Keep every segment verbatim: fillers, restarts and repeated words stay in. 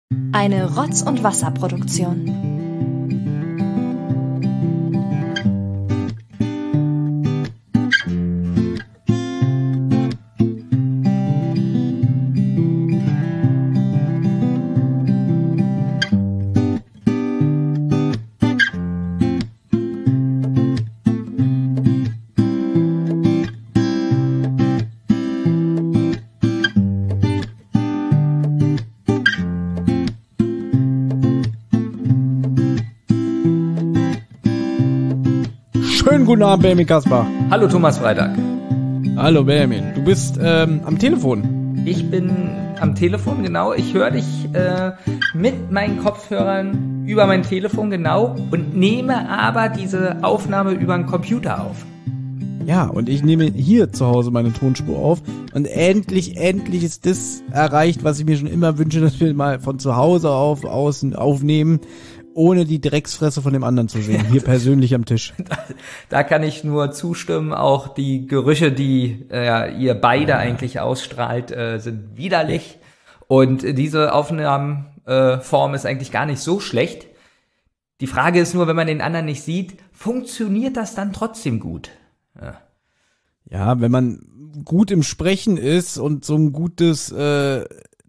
Eine Rotz- und Wasser-Produktion. Guten Abend, Benjamin Kaspar. Hallo Thomas Freitag. Hallo Benjamin, du bist ähm, am Telefon. Ich bin am Telefon, genau. Ich höre dich äh, mit meinen Kopfhörern über mein Telefon, genau, und nehme aber diese Aufnahme über den Computer auf. Ja, und ich nehme hier zu Hause meine Tonspur auf und endlich, endlich ist das erreicht, was ich mir schon immer wünsche, dass wir mal von zu Hause auf außen aufnehmen, ohne die Drecksfresse von dem anderen zu sehen, hier persönlich am Tisch. Da, da kann ich nur zustimmen, auch die Gerüche, die äh, ihr beide eigentlich ausstrahlt, äh, sind widerlich. Und diese Aufnahmenform äh, ist eigentlich gar nicht so schlecht. Die Frage ist nur, wenn man den anderen nicht sieht, funktioniert das dann trotzdem gut? Ja, ja, wenn man gut im Sprechen ist und so ein gutes äh,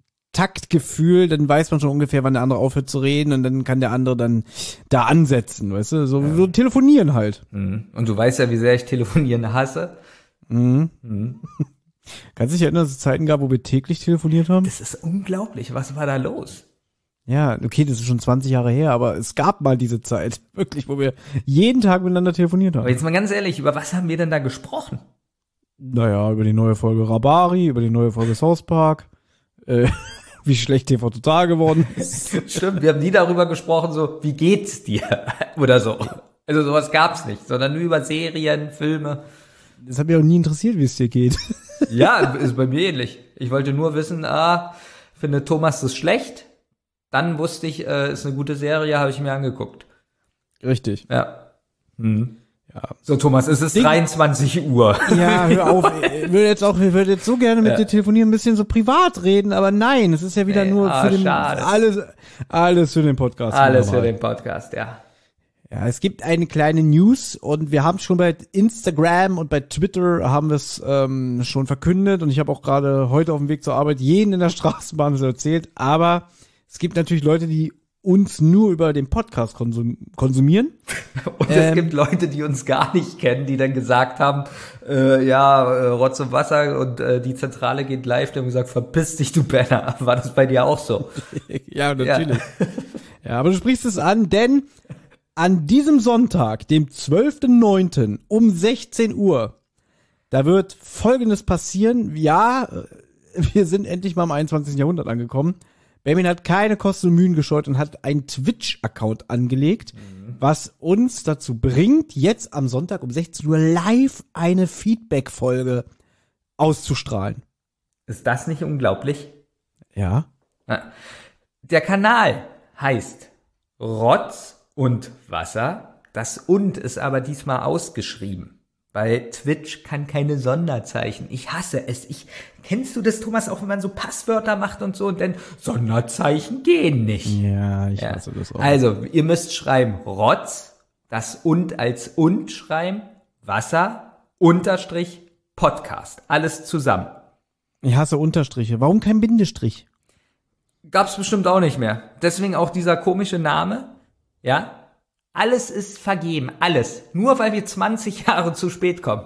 Taktgefühl, dann weiß man schon ungefähr, wann der andere aufhört zu reden und dann kann der andere dann da ansetzen, weißt du, so, ja. so telefonieren halt. Und du weißt ja, wie sehr ich telefonieren hasse. Mhm. Mhm. Kannst du dich erinnern, dass es Zeiten gab, wo wir täglich telefoniert haben? Das ist unglaublich, was war da los? Ja, okay, das ist schon zwanzig Jahre her, aber es gab mal diese Zeit, wirklich, wo wir jeden Tag miteinander telefoniert haben. Aber jetzt mal ganz ehrlich, über was haben wir denn da gesprochen? Naja, über die neue Folge Rabari, über die neue Folge South Park, äh, wie schlecht T V Total geworden ist. Stimmt, wir haben nie darüber gesprochen, so, wie geht's dir? Oder so. Also sowas gab's nicht, sondern nur über Serien, Filme. Das hat mich auch nie interessiert, wie es dir geht. Ja, ist bei mir ähnlich. Ich wollte nur wissen, ah, findet Thomas das schlecht? Dann wusste ich, äh, ist eine gute Serie, habe ich mir angeguckt. Richtig. Ja. Hm. Ja. So, Thomas, es ist dreiundzwanzig Uhr. Ja, hör auf. Ich würde jetzt auch, ich würde jetzt so gerne mit ja. dir telefonieren, ein bisschen so privat reden, aber nein, es ist ja wieder nee, nur ah, für den, schade. alles, alles für den Podcast. Alles für den Podcast, ja. Ja, es gibt eine kleine News und wir haben schon bei Instagram und bei Twitter haben wir es ähm, schon verkündet und ich habe auch gerade heute auf dem Weg zur Arbeit jeden in der Straßenbahn so erzählt, aber es gibt natürlich Leute, die uns nur über den Podcast konsum- konsumieren. Und es ähm, gibt Leute, die uns gar nicht kennen, die dann gesagt haben, äh, ja, äh, Rotz und Wasser und äh, die Zentrale geht live, die haben gesagt, verpiss dich, du Penner. War das bei dir auch so? Ja, natürlich. Ja. Ja, aber du sprichst es an, denn an diesem Sonntag, dem zwölften neunten um sechzehn Uhr, da wird Folgendes passieren. Ja, wir sind endlich mal im einundzwanzigsten Jahrhundert angekommen. Benjamin hat keine Kosten und Mühen gescheut und hat einen Twitch-Account angelegt, mhm. was uns dazu bringt, jetzt am Sonntag um sechzehn Uhr live eine Feedback-Folge auszustrahlen. Ist das nicht unglaublich? Ja. Der Kanal heißt Rotz und Wasser. Das und ist aber diesmal ausgeschrieben. Weil Twitch kann keine Sonderzeichen. Ich hasse es. Ich, kennst du das, Thomas, auch wenn man so Passwörter macht und so und dann Sonderzeichen gehen nicht. Ja, ich ja. hasse das auch. Also, ihr müsst schreiben Rotz, das und als und schreiben, Wasser, Unterstrich, Podcast. Alles zusammen. Ich hasse Unterstriche. Warum kein Bindestrich? Gab's bestimmt auch nicht mehr. Deswegen auch dieser komische Name, ja. Alles ist vergeben, alles. Nur weil wir zwanzig Jahre zu spät kommen.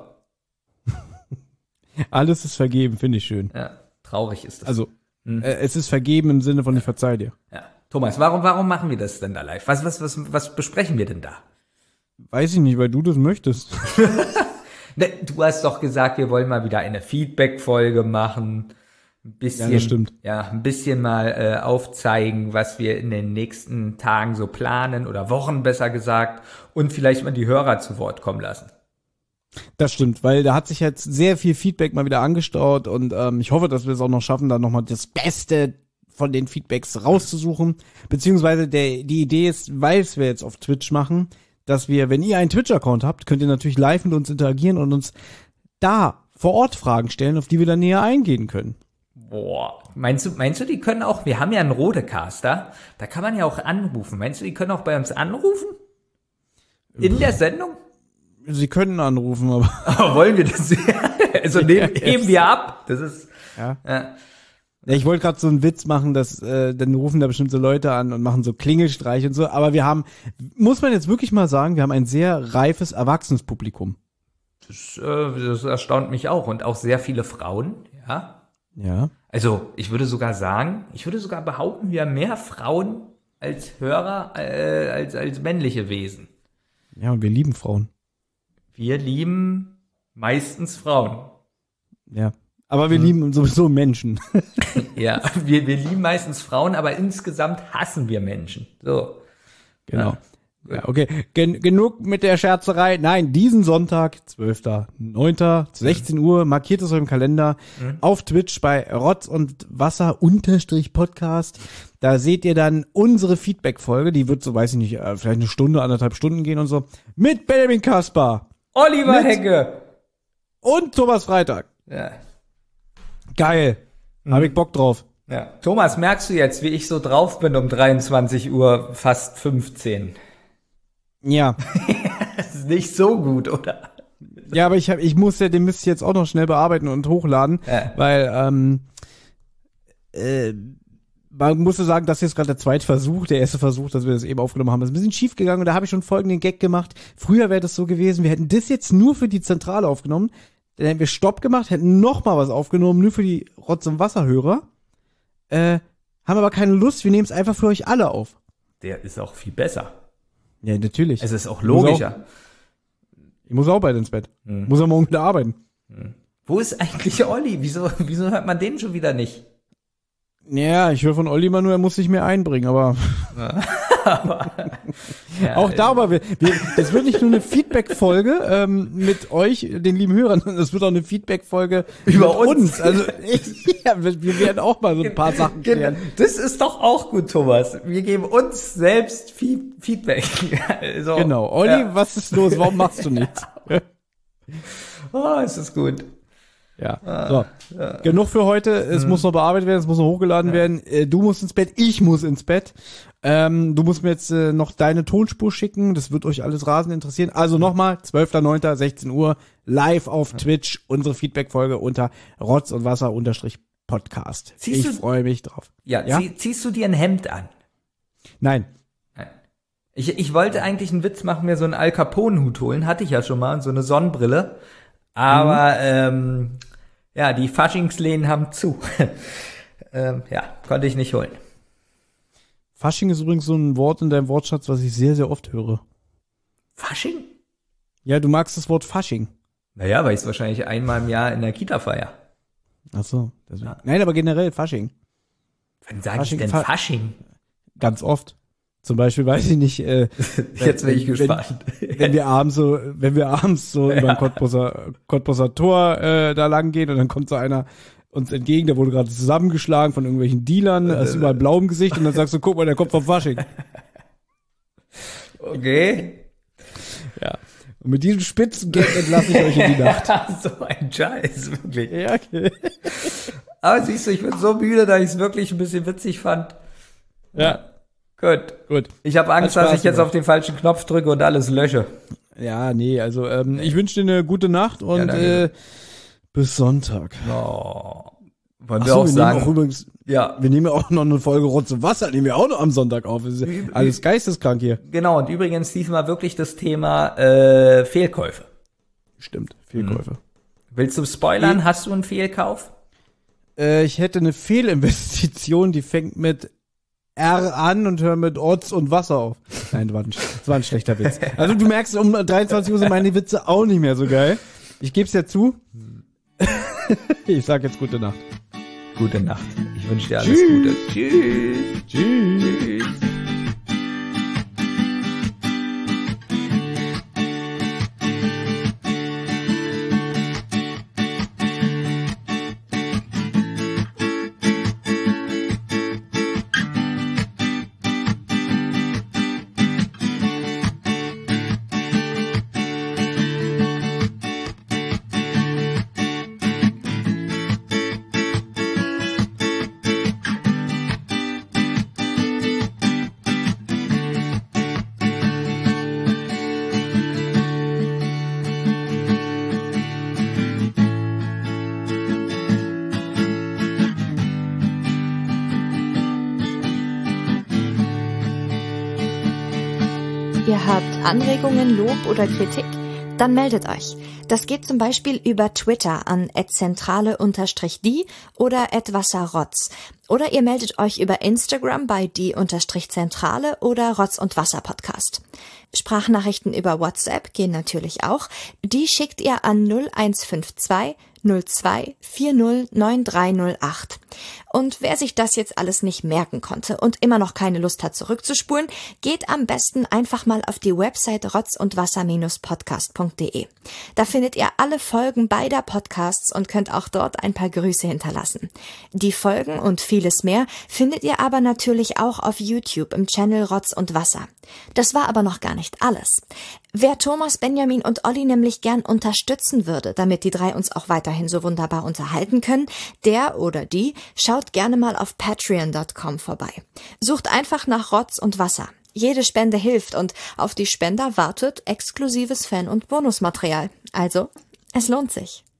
Alles ist vergeben, finde ich schön. Ja, traurig ist das. Also, hm. äh, es ist vergeben im Sinne von ich verzeih dir. Ja. Thomas, warum, warum machen wir das denn da live? Was, was, was, was besprechen wir denn da? Weiß ich nicht, weil du das möchtest. Ne, du hast doch gesagt, wir wollen mal wieder eine Feedback-Folge machen. Ein bisschen, ja, das stimmt. Ja, ein bisschen mal äh, aufzeigen, was wir in den nächsten Tagen so planen oder Wochen besser gesagt und vielleicht mal die Hörer zu Wort kommen lassen. Das stimmt, weil da hat sich jetzt sehr viel Feedback mal wieder angestaut und ähm, ich hoffe, dass wir es auch noch schaffen, da nochmal das Beste von den Feedbacks rauszusuchen. Beziehungsweise der, die Idee ist, weil es wir jetzt auf Twitch machen, dass wir, wenn ihr einen Twitch-Account habt, könnt ihr natürlich live mit uns interagieren und uns da vor Ort Fragen stellen, auf die wir dann näher eingehen können. Boah, meinst du, meinst du, die können auch, wir haben ja einen Rodecaster, da kann man ja auch anrufen. Meinst du, die können auch bei uns anrufen? In der Sendung? Sie können anrufen, aber. Aber wollen wir das? Also nehmen, heben wir ab. Das ist, Ja. ja. Ja, ich wollte gerade so einen Witz machen, dass äh, dann rufen da bestimmt so Leute an und machen so Klingelstreich und so, aber wir haben, muss man jetzt wirklich mal sagen, wir haben ein sehr reifes Erwachsenenpublikum. Das, äh, das erstaunt mich auch. Und auch sehr viele Frauen, ja. Ja. Also, ich würde sogar sagen, ich würde sogar behaupten, wir haben mehr Frauen als Hörer, äh, als, als männliche Wesen. Ja, und wir lieben Frauen. Wir lieben meistens Frauen. Ja. Aber wir hm. lieben sowieso Menschen. Ja, wir, wir lieben meistens Frauen, aber insgesamt hassen wir Menschen. So. Genau. Ja, ja okay. Gen- genug mit der Scherzerei. Nein, diesen Sonntag, zwölfter neunter sechzehn Uhr, markiert es euch im Kalender, mhm. auf Twitch bei Rotz und Wasser unterstrich Podcast. Da seht ihr dann unsere Feedback-Folge, die wird so, weiß ich nicht, vielleicht eine Stunde, anderthalb Stunden gehen und so, mit Benjamin Kaspar, Oliver Hecke und Thomas Freitag. Ja. Geil. Mhm. Hab ich Bock drauf. Ja. Thomas, merkst du jetzt, wie ich so drauf bin um dreiundzwanzig Uhr, fast fünfzehn? Ja. Das ist nicht so gut, oder? Ja, aber ich hab, ich muss ja den Mist jetzt auch noch schnell bearbeiten und hochladen, ja. weil ähm, äh, man musste sagen, das ist jetzt gerade der zweite Versuch, der erste Versuch, dass wir das eben aufgenommen haben, ist ein bisschen schief gegangen und da habe ich schon folgenden Gag gemacht. Früher wäre das so gewesen, wir hätten das jetzt nur für die Zentrale aufgenommen, dann hätten wir Stopp gemacht, hätten noch mal was aufgenommen, nur für die Rotz- und Wasserhörer, äh, haben aber keine Lust, wir nehmen es einfach für euch alle auf. Der ist auch viel besser. Ja, natürlich. Es ist auch logischer. Ich muss auch bald ins Bett. Hm. Muss auch morgen wieder arbeiten. Hm. Wo ist eigentlich Olli? Wieso, wieso hört man den schon wieder nicht? Ja, ich höre von Olli immer nur, er muss sich mehr einbringen, aber, aber ja, auch darüber, wir, wir, das wird nicht nur eine Feedback-Folge ähm, mit euch, den lieben Hörern, sondern es wird auch eine Feedback-Folge über uns. uns. Also ich, ja, wir werden auch mal so ein paar Sachen klären. Das ist doch auch gut, Thomas. Wir geben uns selbst Feedback. So, genau. Olli, ja. Was ist los? Warum machst du nichts? Oh, es ist gut. Ja, so. Ja. Genug für heute. Es mhm. muss noch bearbeitet werden, es muss noch hochgeladen ja. werden. Äh, du musst ins Bett, ich muss ins Bett. Ähm, du musst mir jetzt äh, noch deine Tonspur schicken. Das wird euch alles rasend interessieren. Also nochmal, zwölfter neunter sechzehn Uhr, live auf ja. Twitch, unsere Feedback-Folge unter Rotz und Wasser unterstrich Podcast. Ziehst ich freue mich drauf. Ja, ja? Zieh, ziehst du dir ein Hemd an? Nein. Nein. Ich, ich wollte eigentlich einen Witz machen, mir so einen Al Capone-Hut holen. Hatte ich ja schon mal, so eine Sonnenbrille. Aber, mhm. ähm, ja, die Faschingsläden haben zu. ähm, ja, konnte ich nicht holen. Fasching ist übrigens so ein Wort in deinem Wortschatz, was ich sehr, sehr oft höre. Fasching? Ja, du magst das Wort Fasching. Naja, weil ich es wahrscheinlich einmal im Jahr in der Kita feier. Ach so. Deswegen. Ja. Nein, aber generell Fasching. Wann sage ich denn Fa- Fasching? Ganz oft. Zum Beispiel, weiß ich nicht, äh, jetzt bin ich wenn, gespannt. Wenn wir abends so, wenn wir abends so ja. über ein Cottbuser, Cottbuser Tor äh, da lang gehen und dann kommt so einer uns entgegen, der wurde gerade zusammengeschlagen von irgendwelchen Dealern, hast überall blau im Gesicht und dann sagst du, guck mal, der kommt vom Fasching. Okay. Ja. Und mit diesem spitzen Gag entlasse ich euch in die Nacht. So ein Scheiß, wirklich. Ja, okay. Aber siehst du, ich bin so müde, dass ich es wirklich ein bisschen witzig fand. Ja. Gut. Gut. Ich habe Angst, dass ich jetzt auf den falschen Knopf drücke und alles lösche. Ja, nee, also ähm, ich wünsche dir eine gute Nacht und ja, äh, bis Sonntag. Oh. Wollen Ach wir so, auch wir sagen? Nehmen auch übrigens, ja, wir nehmen ja auch noch eine Folge Rotz und Wasser, nehmen wir auch noch am Sonntag auf. Das ist ja alles geisteskrank hier. Genau, und übrigens diesmal wirklich das Thema äh, Fehlkäufe. Stimmt, Fehlkäufe. Mhm. Willst du spoilern? Fe- Hast du einen Fehlkauf? Äh, ich hätte eine Fehlinvestition, die fängt mit R an und hört mit Rotz und Wasser auf. Nein, das war, ein, das war ein schlechter Witz. Also du merkst, um dreiundzwanzig Uhr sind meine Witze auch nicht mehr so geil. Ich geb's ja zu. Ich sag jetzt gute Nacht. Gute Nacht. Ich wünsche dir alles Tschüss. Gute. Tschüss. Tschüss. Tschüss. Ihr habt Anregungen, Lob oder Kritik? Dann meldet euch. Das geht zum Beispiel über Twitter an at zentrale unterstrich die oder at wasserrotz. Oder ihr meldet euch über Instagram bei die unterstrich zentrale oder Rotz und Wasser Podcast. Sprachnachrichten über WhatsApp gehen natürlich auch. Die schickt ihr an null eins fünf zwei null zwei vier null neun drei null acht. Und wer sich das jetzt alles nicht merken konnte und immer noch keine Lust hat zurückzuspulen, geht am besten einfach mal auf die Website rotz und wasser podcast punkt de. Da findet ihr alle Folgen beider Podcasts und könnt auch dort ein paar Grüße hinterlassen. Die Folgen und vieles mehr findet ihr aber natürlich auch auf YouTube im Channel Rotz und Wasser. Das war aber noch gar nicht alles. Wer Thomas, Benjamin und Olli nämlich gern unterstützen würde, damit die drei uns auch weiterhin so wunderbar unterhalten können, der oder die schaut gerne mal auf patreon punkt com vorbei. Sucht einfach nach Rotz und Wasser. Jede Spende hilft und auf die Spender wartet exklusives Fan- und Bonusmaterial. Also, es lohnt sich.